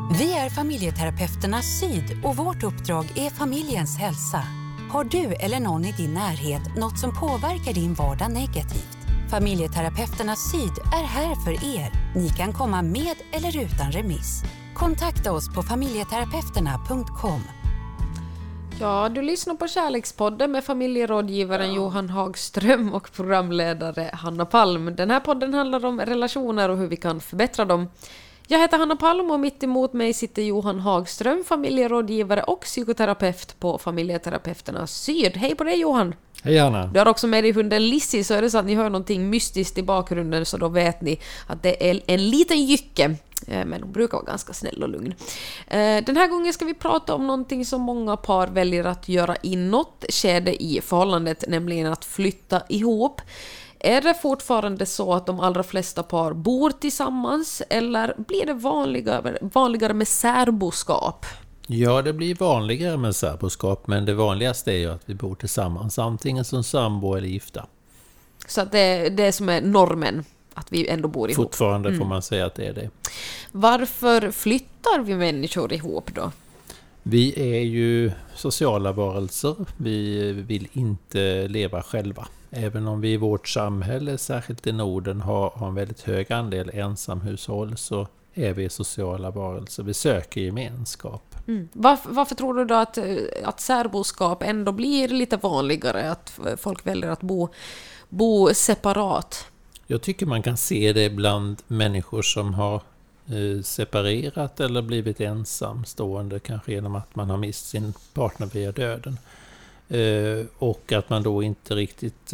Vi är familjeterapeuterna Syd och vårt uppdrag är familjens hälsa. Har du eller någon i din närhet något som påverkar din vardag negativt? Familjeterapeuterna Syd är här för er. Ni kan komma med eller utan remiss. Kontakta oss på familjeterapeuterna.com. Ja, du lyssnar på Kärlekspodden med familjerådgivaren Johan Hagström och programledare Hanna Palm. Den här podden handlar om relationer och hur vi kan förbättra dem. Jag heter Hanna Palm och mitt emot mig sitter Johan Hagström, familjerådgivare och psykoterapeut på Familjeterapeuterna Syd. Hej på dig Johan! Hej Hanna! Du har också med dig hunden Lizzie, så är det så att ni hör någonting mystiskt i bakgrunden så då vet ni att det är en liten jycke. Men hon brukar vara ganska snäll och lugn. Den här gången ska vi prata om någonting som många par väljer att göra i något skede i förhållandet, nämligen att flytta ihop. Är det fortfarande så att de allra flesta par bor tillsammans eller blir det vanligare med särboskap? Ja, det blir vanligare med särboskap, men det vanligaste är ju att vi bor tillsammans, antingen som sambo eller gifta. Så att det är det som är normen, att vi ändå bor ihop? Fortfarande får man säga att det är det. Varför flyttar vi människor ihop då? Vi är ju sociala varelser, vi vill inte leva själva. Även om vi i vårt samhälle, särskilt i Norden, har en väldigt hög andel ensamhushåll, så är vi sociala varelser. Vi söker gemenskap. Varför tror du då att särboskap ändå blir lite vanligare, att folk väljer att bo separat? Jag tycker man kan se det bland människor som har separerat eller blivit ensamstående, kanske genom att man har mist sin partner via döden. Och att man då inte riktigt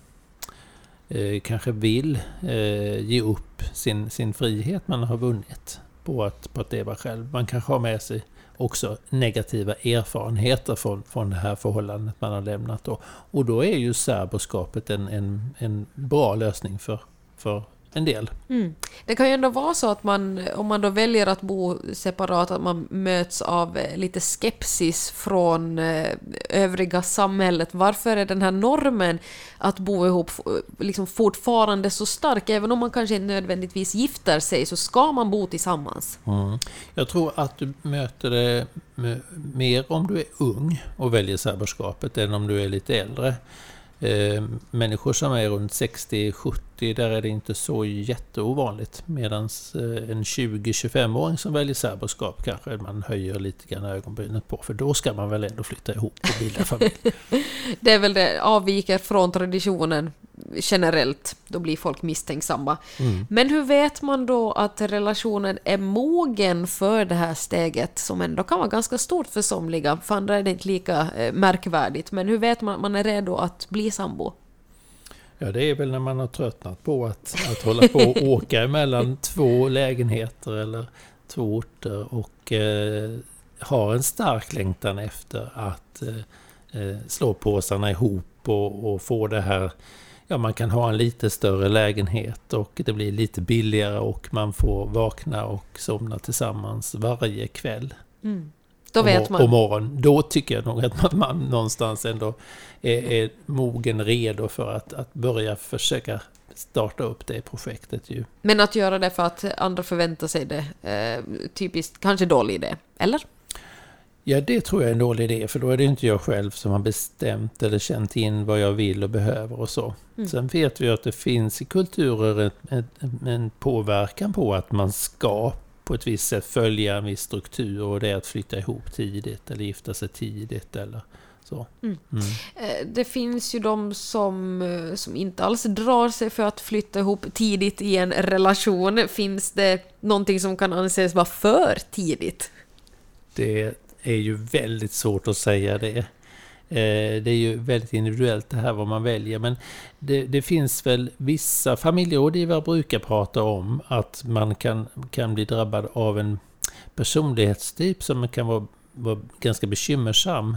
kanske vill ge upp sin frihet man har vunnit på att leva själv. Man kanske har med sig också negativa erfarenheter från det här förhållandet man har lämnat. Och då är ju särboskapet en bra lösning för en del. Det kan ju ändå vara så att om man då väljer att bo separat, att man möts av lite skepsis från övriga samhället. Varför är den här normen att bo ihop liksom fortfarande så stark? Även om man kanske inte nödvändigtvis gifter sig så ska man bo tillsammans. Jag tror att du möter det mer om du är ung och väljer särboskapet än om du är lite äldre. Människor som är runt 60-70, där är det inte så jätteovanligt, medan en 20-25-åring som väljer särboskap kanske man höjer lite grann ögonbrynet på, för då ska man väl ändå flytta ihop och bilda familj. Det är väl det, avviker från traditionen generellt, då blir folk misstänksamma. Men hur vet man då att relationen är mogen för det här steget, som ändå kan vara ganska stort för somliga? För andra är det inte lika märkvärdigt, men hur vet man att man är redo att bli sambo? Ja, det är väl när man har tröttnat på att hålla på och åka mellan två lägenheter eller två orter och har en stark längtan efter att slå påsarna ihop och få det här. Ja, man kan ha en lite större lägenhet och det blir lite billigare och man får vakna och somna tillsammans varje kväll. Då vet man. Och morgon. Då tycker jag nog att man någonstans ändå är mogen redo för att börja försöka starta upp det projektet ju. Men att göra det för att andra förväntar sig det, typiskt kanske dålig idé, eller? Ja, det tror jag är en dålig idé, för då är det inte jag själv som har bestämt eller känt in vad jag vill och behöver och så. Sen vet vi att det finns i kulturer en påverkan på att man ska på ett visst sätt följa en viss struktur, och det är att flytta ihop tidigt eller gifta sig tidigt eller så. Det finns ju de som inte alls drar sig för att flytta ihop tidigt i en relation. Finns det någonting som kan anses vara för tidigt? Det är ju väldigt svårt att säga det. Det är ju väldigt individuellt det här vad man väljer, men det finns väl vissa familjerådgivare brukar prata om att man kan bli drabbad av en personlighetstyp som kan vara ganska bekymmersam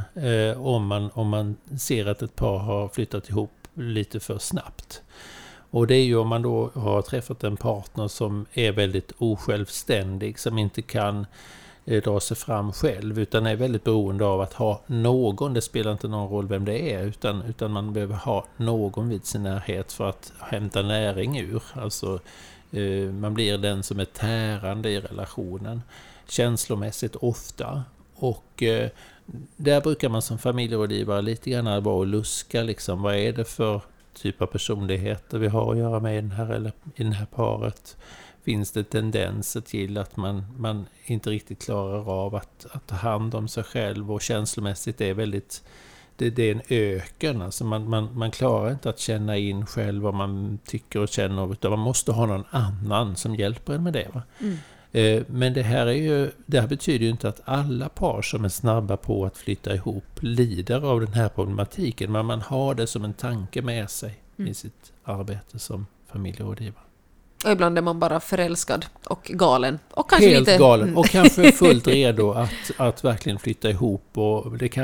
om man ser att ett par har flyttat ihop lite för snabbt. Och det är ju om man då har träffat en partner som är väldigt osjälvständig, som inte kan dra sig fram själv, utan är väldigt beroende av att ha någon. Det spelar inte någon roll vem det är, utan man behöver ha någon vid sin närhet för att hämta näring ur. Alltså Man blir den som är tärande i relationen, känslomässigt ofta. Och där brukar man som familjerådgivare lite grann vara och luska. Liksom, vad är det för typ av personligheter vi har att göra med i det här paret? Finns det tendenser till att man inte riktigt klarar av att ta hand om sig själv, och känslomässigt är väldigt... Det är en öken, alltså man klarar inte att känna in själv vad man tycker och känner, utan man måste ha någon annan som hjälper en med det. Va? Men det här betyder ju inte att alla par som är snabba på att flytta ihop lider av den här problematiken, men man har det som en tanke med sig i sitt arbete som familjerådgivare. Och ibland är man bara förälskad och galen. Och kanske helt lite... galen. Och kanske fullt redo att verkligen flytta ihop. Och det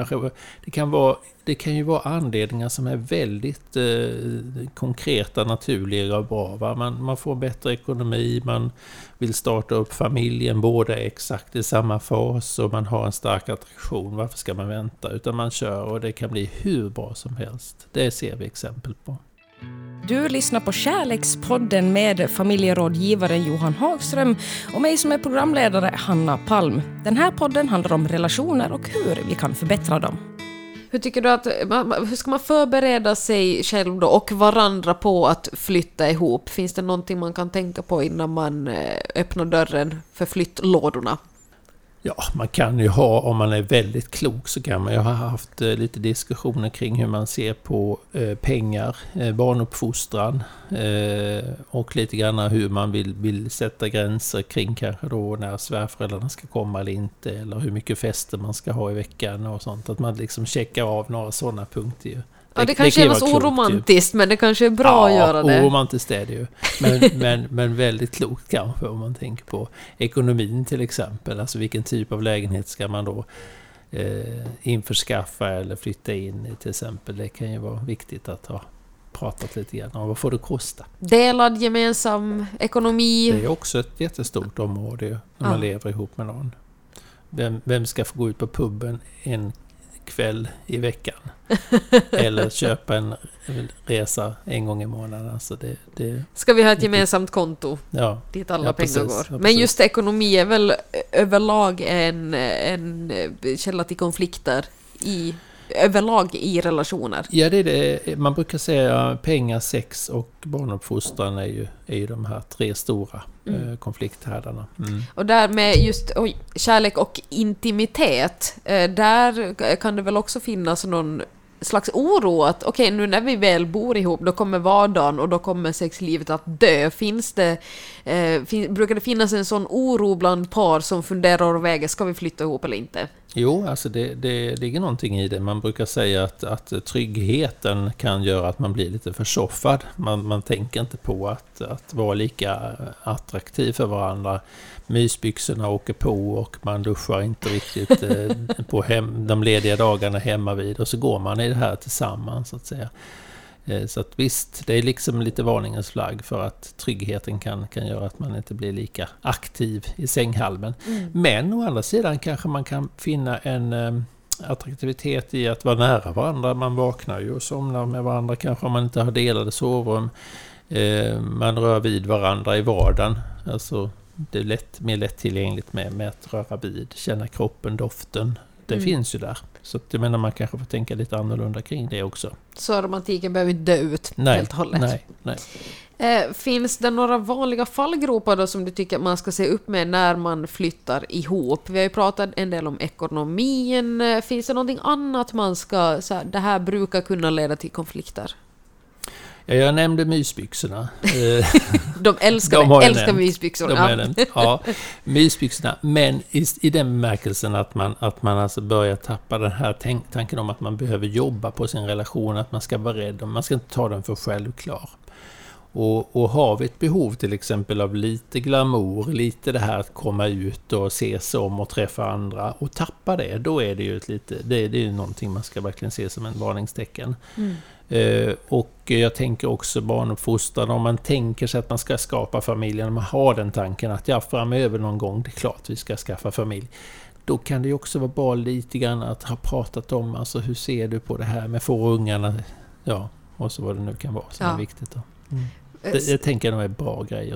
kan ju vara anledningar som är väldigt konkreta, naturliga och bra. Va? Man får bättre ekonomi, man vill starta upp familjen, båda är exakt i samma fas och man har en stark attraktion. Varför ska man vänta? Utan man kör, och det kan bli hur bra som helst. Det ser vi exempel på. Du lyssnar på Kärlekspodden med familjerådgivaren Johan Hagström och mig som är programledare, Hanna Palm. Den här podden handlar om relationer och hur vi kan förbättra dem. Hur tycker du hur ska man förbereda sig själv då och varandra på att flytta ihop? Finns det någonting man kan tänka på innan man öppnar dörren för flyttlådorna? Ja, man kan ju ha, om man är väldigt klok så kan man ju ha haft lite diskussioner kring hur man ser på pengar, barnuppfostran och lite grann hur man vill sätta gränser kring kanske då när svärföräldrarna ska komma eller inte, eller hur mycket fester man ska ha i veckan och sånt. Att man liksom checkar av några sådana punkter ju. Ja, det kanske är något oromantiskt, men det kanske är bra att göra det. Ja, oromantiskt är det ju. Men väldigt klokt kanske om man tänker på ekonomin till exempel. Alltså vilken typ av lägenhet ska man då införskaffa eller flytta in i till exempel. Det kan ju vara viktigt att ha pratat lite grann om. Vad får det kosta? Delad gemensam ekonomi. Det är också ett jättestort område när man lever ihop med någon. Vem ska få gå ut på puben en kväll i veckan eller köpa en resa en gång i månaden. Alltså det ska vi ha ett gemensamt konto dit alla pengar går. Ja, men just ekonomi är väl överlag en källa till konflikter överlag i relationer. Ja, det är det. Man brukar säga pengar, sex och barnuppfostran är ju de här 3 stora konflikthärdarna. Och där med just kärlek och intimitet, där kan det väl också finnas någon slags oro att okej, nu när vi väl bor ihop, då kommer vardagen och då kommer sexlivet att dö. Brukar det finnas en sån oro bland par som funderar och väger, ska vi flytta ihop eller inte? Jo, alltså det ligger någonting i det. Man brukar säga att tryggheten kan göra att man blir lite försoffad. Man tänker inte på att vara lika attraktiv för varandra. Mysbyxorna åker på och man duschar inte riktigt på de lediga dagarna hemma vid. Och så går man i det här tillsammans så att säga. Så att visst, det är liksom lite varningens flagg för att tryggheten kan göra att man inte blir lika aktiv i sänghalmen. Men å andra sidan kanske man kan finna en attraktivitet i att vara nära varandra. Man vaknar ju och somnar med varandra, kanske om man inte har delade sovrum. Man rör vid varandra i vardagen. Alltså det är mer lättillgängligt med att röra vid, känna kroppen, doften. Det finns ju där. Så jag menar, man kanske får tänka lite annorlunda kring det också. Så romantiken behöver inte dö ut helt och hållet. Nej. Finns det några vanliga fallgropar då som du tycker att man ska se upp med när man flyttar ihop? Vi har ju pratat en del om ekonomin. Finns det någonting annat man ska... det här brukar kunna leda till konflikter. Ja, jag nämnde mysbyxorna. De älskar mysbyxorna. Ja, mysbyxorna. Men i den bemärkelsen att man alltså börjar tappa den här tanken om att man behöver jobba på sin relation, att man ska vara rädd, man ska inte ta den för självklar. Och har vi ett behov till exempel av lite glamour, lite det här att komma ut och se sig om och träffa andra och tappa det, då är det ju det är ju någonting man ska verkligen se som en varningstecken. Och jag tänker också barnuppfostran, om man tänker sig att man ska skapa familjen, man har den tanken att framöver någon gång, det är klart vi ska skaffa familj. Då kan det ju också vara bara lite grann att ha pratat om, alltså hur ser du på det här med få ungarna, och så vad det nu kan vara som är viktigt då. Det tänker jag nog är bra grejer.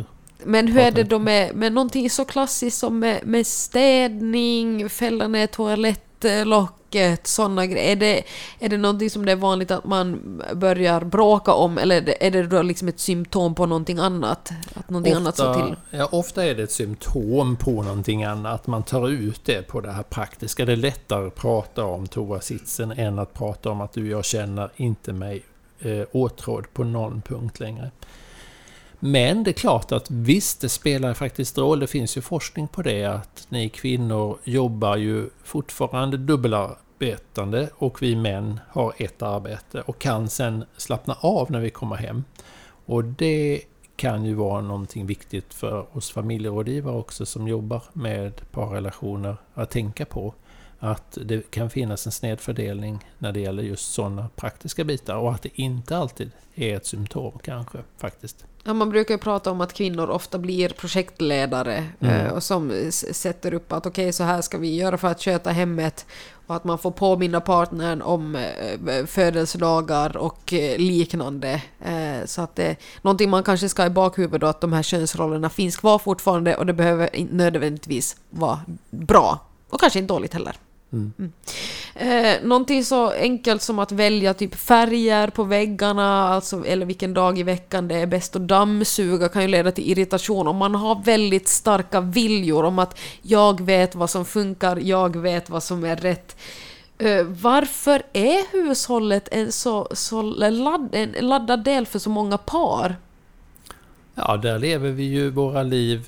Men hur är det då med någonting så klassiskt som med städning, fälla ner toalettlocket, sådana grejer? Är det någonting som det är vanligt att man börjar bråka om, eller är det då liksom ett symptom på någonting annat? Att någonting annat så till? Ja, ofta är det ett symptom på någonting annat. Man tar ut det på det här praktiska. Det är lättare att prata om toasitsen än att prata om att jag känner inte mig åtrådd på någon punkt längre. Men det är klart att visst, det spelar faktiskt roll. Det finns ju forskning på det, att ni kvinnor jobbar ju fortfarande dubbelarbetande och vi män har ett arbete och kan sen slappna av när vi kommer hem. Och det kan ju vara någonting viktigt för oss familjerådgivare också som jobbar med parrelationer att tänka på. Att det kan finnas en snedfördelning när det gäller just sådana praktiska bitar och att det inte alltid är ett symptom kanske faktiskt. Ja, man brukar ju prata om att kvinnor ofta blir projektledare och som sätter upp att okej, så här ska vi göra för att sköta hemmet, och att man får påminna partnern om födelsedagar och liknande. Så att det är någonting man kanske ska i bakhuvudet då, att de här könsrollerna finns kvar fortfarande och det behöver inte nödvändigtvis vara bra och kanske inte dåligt heller. Någonting så enkelt som att välja typ färger på väggarna, alltså, eller vilken dag i veckan det är bäst att dammsuga, kan ju leda till irritation om man har väldigt starka viljor om att jag vet vad som funkar, jag vet vad som är rätt. Varför är hushållet en laddad del för så många par? Ja, där lever vi ju våra liv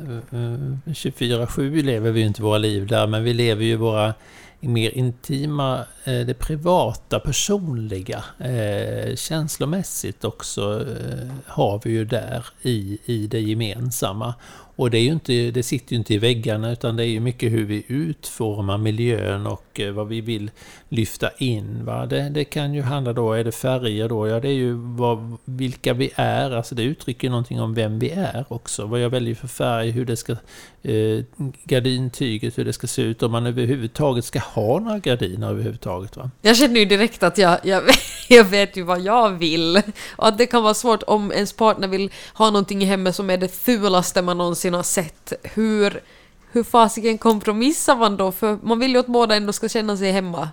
24/7 lever vi ju inte våra liv där, men vi lever ju våra mer intima, det privata, personliga, känslomässigt också har vi ju där i det gemensamma. Och det är ju inte, det sitter ju inte i väggarna, utan det är ju mycket hur vi utformar miljön och vad vi vill lyfta in. Va? Det kan ju handla då, är det färger då? Ja, det är ju vilka vi är, alltså det uttrycker någonting om vem vi är också. Vad jag väljer för färg, hur det ska, gardintyget, hur det ska se ut, om man överhuvudtaget ska ha några gardiner överhuvudtaget. Va? Jag känner ju direkt att jag vet ju vad jag vill. Och att det kan vara svårt om ens partner vill ha någonting i hemmet som är det fulaste man någonsin har sett. Hur fasiken kompromissar man då? För man vill ju att båda ändå ska känna sig hemma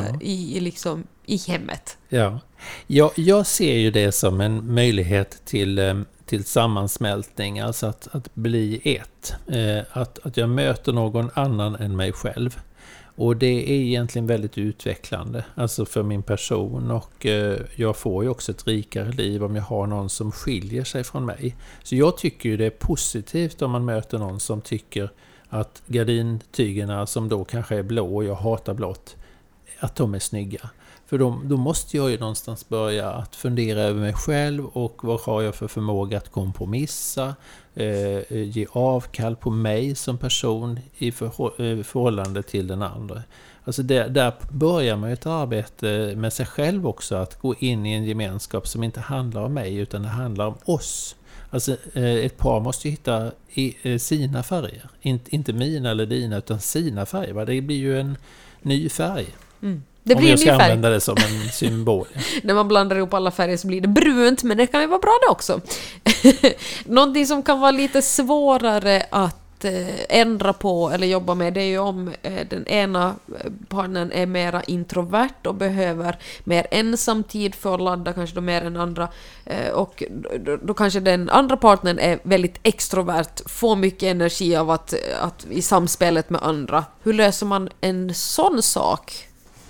i hemmet. Ja. Jag ser ju det som en möjlighet till sammansmältning, alltså att bli ett. Att jag möter någon annan än mig själv. Och det är egentligen väldigt utvecklande, alltså för min person, och jag får ju också ett rikare liv om jag har någon som skiljer sig från mig. Så jag tycker ju det är positivt om man möter någon som tycker att gardintygerna, som då kanske är blå och jag hatar blått, att de är snygga. För då måste jag ju någonstans börja att fundera över mig själv och vad har jag för förmåga att kompromissa, ge avkall på mig som person i förhållande till den andra. Alltså där börjar man ju ett arbete med sig själv också, att gå in i en gemenskap som inte handlar om mig utan det handlar om oss. Alltså ett par måste ju hitta sina färger, inte mina eller dina utan sina färger. Va? Det blir ju en ny färg. Det om blir jag ska en ny färg. använda det som en symbol. När man blandar ihop alla färger så blir det brunt, men det kan ju vara bra det också. Någonting som kan vara lite svårare att ändra på eller jobba med, det är ju om den ena partnern är mera introvert och behöver mer ensamtid för att ladda kanske då mer än andra, och då kanske den andra partnern är väldigt extrovert, får mycket energi av att i samspelet med andra. Hur löser man en sån sak?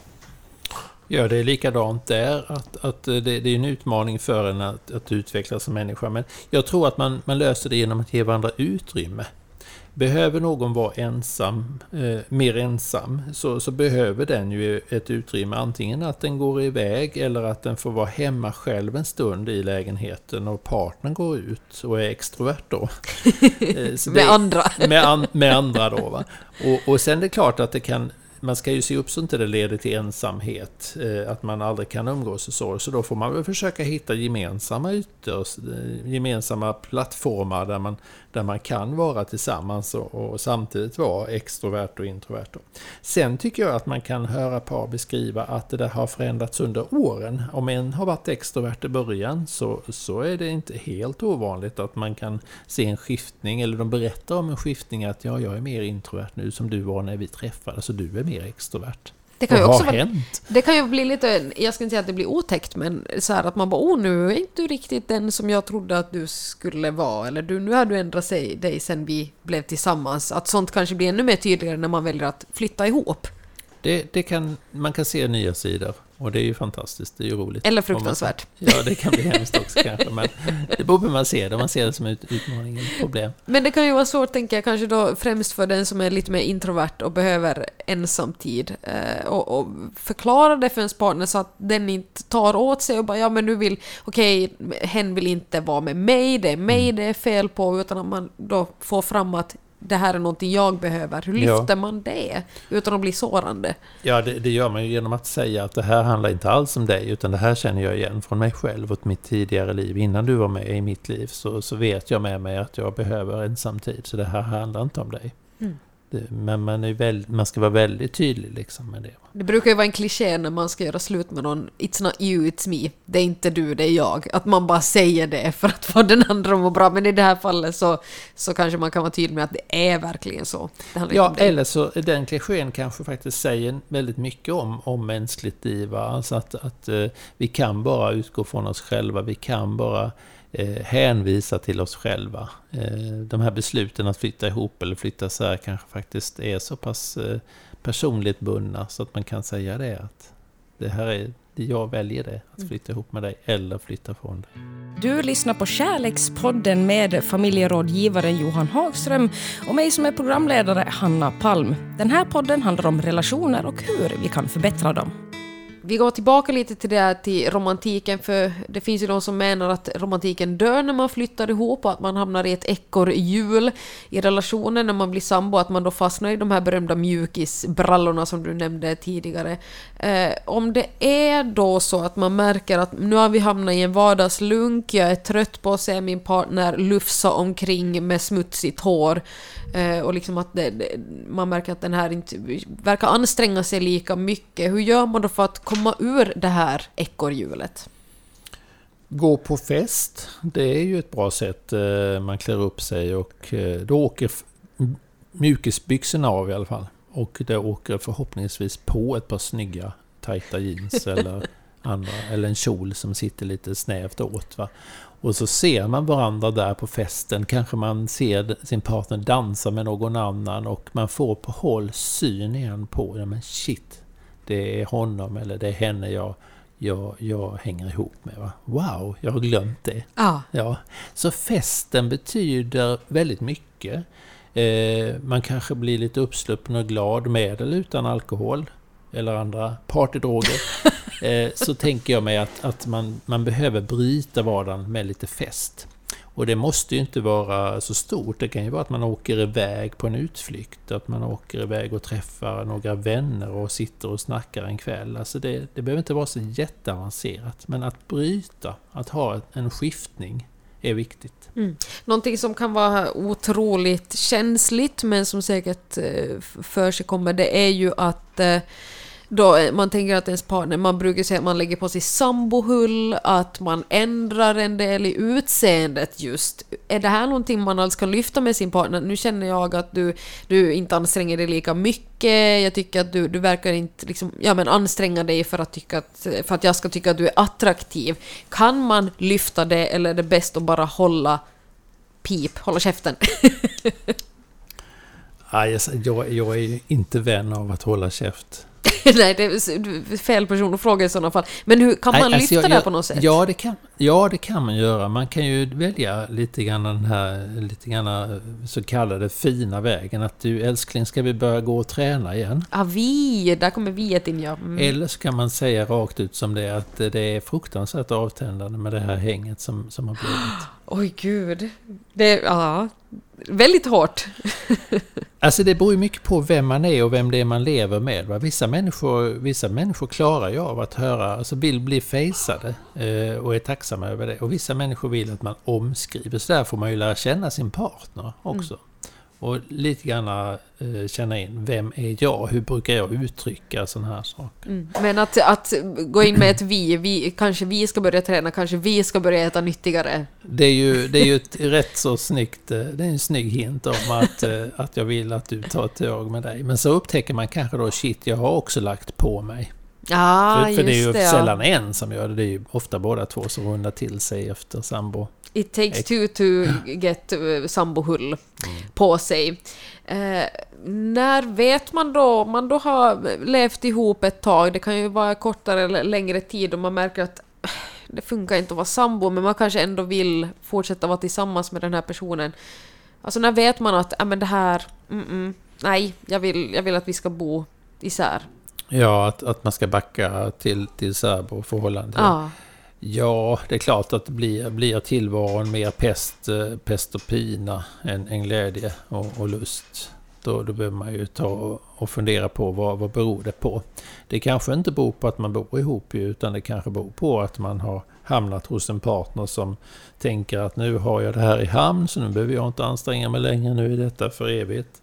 Ja, det är likadant där, att det är en utmaning för en att utvecklas som människa, men jag tror att man löser det genom att ge varandra utrymme. Behöver någon vara ensam, mer ensam, så behöver den ju ett utrymme, antingen att den går iväg eller att den får vara hemma själv en stund i lägenheten och partnern går ut och är extrovert då. Med andra. Med andra då. Va? Och sen är det klart att det kan man ska ju se upp så inte det leder till ensamhet, att man aldrig kan umgås och så då får man väl försöka hitta gemensamma ytor, gemensamma plattformar där man kan vara tillsammans och samtidigt vara extrovert och introvert. Sen tycker jag att man kan höra par beskriva att det där har förändrats under åren. Om en har varit extrovert i början så är det inte helt ovanligt att man kan se en skiftning, eller de berättar om en skiftning att jag är mer introvert nu som du var när vi träffades, så du är mer extrovert. Det kan ju också det kan ju bli lite, jag ska inte säga att det blir otäckt, men så här att man bara, nu är inte du riktigt den som jag trodde att du skulle vara, eller nu har du ändrat dig sen vi blev tillsammans. Att sånt kanske blir ännu mer tydligare när man väljer att flytta ihop. Man kan se nya sidor, och det är ju fantastiskt, det är ju roligt. Eller fruktansvärt. Ja, det kan bli hemskt också kanske, men det beror på hur man ser det. Man ser det som ett utmaning, ett problem. Men det kan ju vara svårt, tänker jag, kanske då främst för den som är lite mer introvert och behöver ensamtid. Och förklara det för ens partner så att den inte tar åt sig och bara, ja men nu hen vill inte vara med mig, det är mig det är fel på, utan att man då får fram att det här är någonting jag behöver. Hur lyfter man det utan att bli sårande? Ja, det gör man ju genom att säga att det här handlar inte alls om dig, utan det här känner jag igen från mig själv och mitt tidigare liv. Innan du var med i mitt liv så vet jag med mig att jag behöver ensamtid, så det här handlar inte om dig. Men man ska vara väldigt tydlig liksom med det. Det brukar ju vara en kliché när man ska göra slut med någon. It's not you, it's me. Det är inte du, det är jag. Att man bara säger det för att få den andra att må bra. Men i det här fallet så kanske man kan vara tydlig med att det är verkligen så. Ja, eller så den klichén kanske faktiskt säger väldigt mycket om mänskligt liv. Alltså att vi kan bara utgå från oss själva. Vi kan bara hänvisa till oss själva. De här besluten att flytta ihop eller flytta så här kanske faktiskt är så pass personligt bundna så att man kan säga det, att det här är jag väljer det, att flytta ihop med dig eller flytta från dig. Du lyssnar på Kärlekspodden med familjerådgivaren Johan Hagström och mig som är programledare, Hanna Palm. Den här podden handlar om relationer och hur vi kan förbättra dem. Vi går tillbaka lite till romantiken, för det finns ju de som menar att romantiken dör när man flyttar ihop och att man hamnar i ett ekorrhjul i relationen när man blir sambo, att man då fastnar i de här berömda mjukisbrallorna som du nämnde tidigare. Om det är då så att man märker att nu har vi hamnat i en vardagslunk, jag är trött på att se min partner lufsa omkring med smutsigt hår, och liksom att man märker att den här inte verkar anstränga sig lika mycket. Hur gör man då för att komma ur det här ekorrhjulet? Gå på fest, det är ju ett bra sätt. Man klär upp sig och då åker mjukisbyxorna av i alla fall. Och det åker förhoppningsvis på ett par snygga tajta jeans eller en kjol som sitter lite snävt åt, va? Och så ser man varandra där på festen. Kanske man ser sin partner dansa med någon annan och man får på håll syn igen på, men shit, det är honom eller det är henne jag hänger ihop med, va? Wow, jag har glömt det. Ja. Så festen betyder väldigt mycket. Man kanske blir lite uppsluppen och glad med eller utan alkohol eller andra partydroger. Så tänker jag mig att man behöver bryta vardagen med lite fest. Och det måste ju inte vara så stort. Det kan ju vara att man åker iväg på en utflykt. Att man åker iväg och träffar några vänner och sitter och snackar en kväll. Alltså det behöver inte vara så jätteavancerat. Men att bryta, att ha en skiftning är viktigt. Någonting som kan vara otroligt känsligt men som säkert för sig kommer, det är ju att då man tänker att ens partner, man brukar säga att man lägger på sig sambohull, att man ändrar en del i utseendet just. Är det här någonting man alls kan lyfta med sin partner? Nu känner jag att du inte anstränger dig lika mycket. Jag tycker att du verkar inte liksom, anstränga dig för att jag ska tycka att du är attraktiv. Kan man lyfta det eller är det bäst att bara hålla käften? Jag är ju inte vän av att hålla käft. Nej, det är fel person att fråga i sådana fall. Men hur kan man lyfta det på något sätt? Ja, det kan man göra. Man kan ju välja lite grann så kallade fina vägen. Att du, älskling, ska vi börja gå och träna igen? Där kommer viet in, ja. Eller så kan man säga rakt ut som det är, att det är fruktansvärt avtändande med det här hänget som har blivit. Oj, gud. Det väldigt hårt. Alltså det beror ju mycket på vem man är och vem det är man lever med. Va? Vissa människor klarar ju av att höra, alltså vill bli fejsade och är tacksamma över det. Och vissa människor vill att man omskriver. Så där får man ju lära känna sin partner också. Och lite grann känna in, vem är jag? Hur brukar jag uttrycka sådana här saker? Men att gå in med ett kanske vi ska börja träna, kanske vi ska börja äta nyttigare. Det är ju ett rätt så snyggt, det är en snygg hint om att jag vill att du tar ett tag med dig. Men så upptäcker man kanske då, shit, jag har också lagt på mig. För det är ju sällan en som gör det. Det är ju ofta båda två som rundar till sig efter sambo. It takes two to get sambohull på sig. När vet man då, om man då har levt ihop ett tag, det kan ju vara kortare eller längre tid, och man märker att det funkar inte att vara sambo, men man kanske ändå vill fortsätta vara tillsammans med den här personen. Alltså när vet man att men det här, nej, jag vill att vi ska bo isär. Ja, att man ska backa till särboförhållande. Ja. Ja, det är klart att det blir tillvaron mer pest och pina än glädje och lust. Då behöver man ju ta och fundera på vad beror det på. Det kanske inte beror på att man bor ihop, utan det kanske beror på att man har hamnat hos en partner som tänker att nu har jag det här i hamn, så nu behöver jag inte anstränga mig längre, nu är detta för evigt.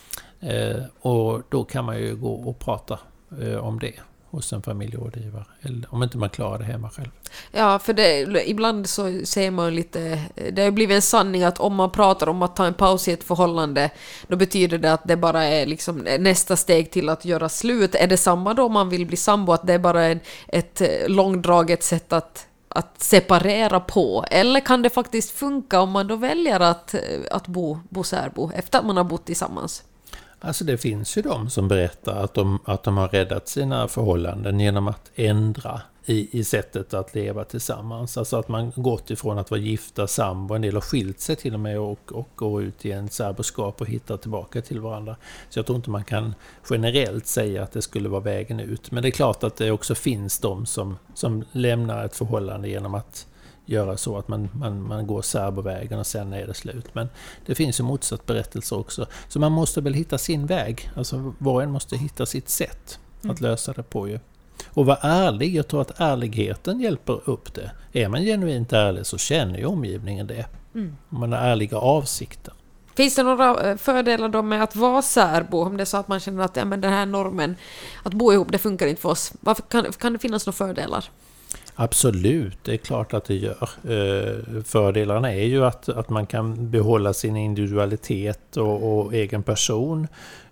Och då kan man ju gå och prata om det hos en familjerådgivare, eller om inte man klarar det hemma själv. Ja, för ibland så ser man lite, det har blivit en sanning att om man pratar om att ta en paus i ett förhållande, då betyder det att det bara är liksom nästa steg till att göra slut. Är det samma då om man vill bli sambo, att det är bara ett långdraget sätt att separera på? Eller kan det faktiskt funka om man då väljer att bo särbo efter att man har bott tillsammans? Alltså det finns ju de som berättar att de har räddat sina förhållanden genom att ändra i sättet att leva tillsammans. Alltså att man gått ifrån att vara gifta sambo, en del har skilt sig till och med och går ut i en särboskap och hittar tillbaka till varandra. Så jag tror inte man kan generellt säga att det skulle vara vägen ut. Men det är klart att det också finns de som lämnar ett förhållande genom att göra så att man går särbovägen och sen är det slut. Men det finns ju motsatt berättelser också. Så man måste väl hitta sin väg. Alltså var och en måste hitta sitt sätt att lösa det på ju. Och vara ärlig, jag tror att ärligheten hjälper upp det. Är man genuint ärlig så känner ju omgivningen det. Om man har ärliga avsikter. Finns det några fördelar då med att vara särbo? Om det är så att man känner att den här normen att bo ihop, det funkar inte för oss. Varför kan det finnas några fördelar? Absolut, det är klart att det gör. Fördelarna är ju att man kan behålla sin individualitet och egen person.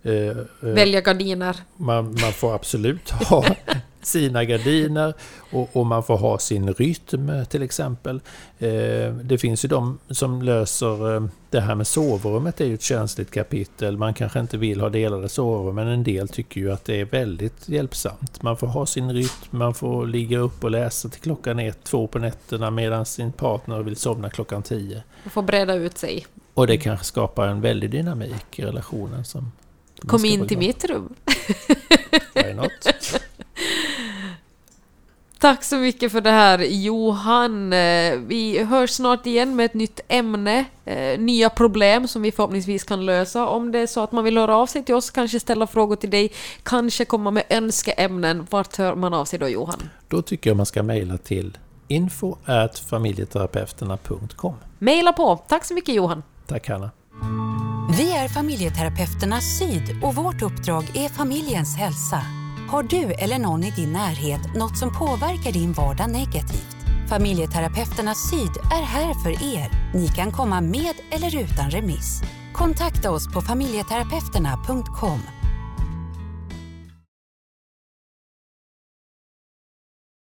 Välja gardiner. Man får absolut ha sina gardiner och man får ha sin rytm till exempel. Det finns ju de som löser det här med sovrummet, är ju ett känsligt kapitel. Man kanske inte vill ha delade sovrum, men en del tycker ju att det är väldigt hjälpsamt. Man får ha sin rytm, man får ligga upp och läsa till klockan 1-2 på nätterna medan sin partner vill somna klockan 10. Man får breda ut sig. Och det kanske skapar en väldig dynamik i relationen. Kom in till mitt rum. Why not? Tack så mycket för det här, Johan. Vi hörs snart igen med ett nytt ämne, nya problem som vi förhoppningsvis kan lösa. Om det är så att man vill höra av sig till oss, kanske ställa frågor till dig, kanske komma med önskeämnen. Vart hör man av sig då, Johan? Då tycker jag man ska mejla till info@familjeterapeuterna.com. Mejla på. Tack så mycket, Johan. Tack, Hanna. Vi är Familjeterapeuterna Syd och vårt uppdrag är familjens hälsa. Har du eller någon i din närhet något som påverkar din vardag negativt? Familjeterapeuterna Syd är här för er. Ni kan komma med eller utan remiss. Kontakta oss på familjeterapeuterna.com.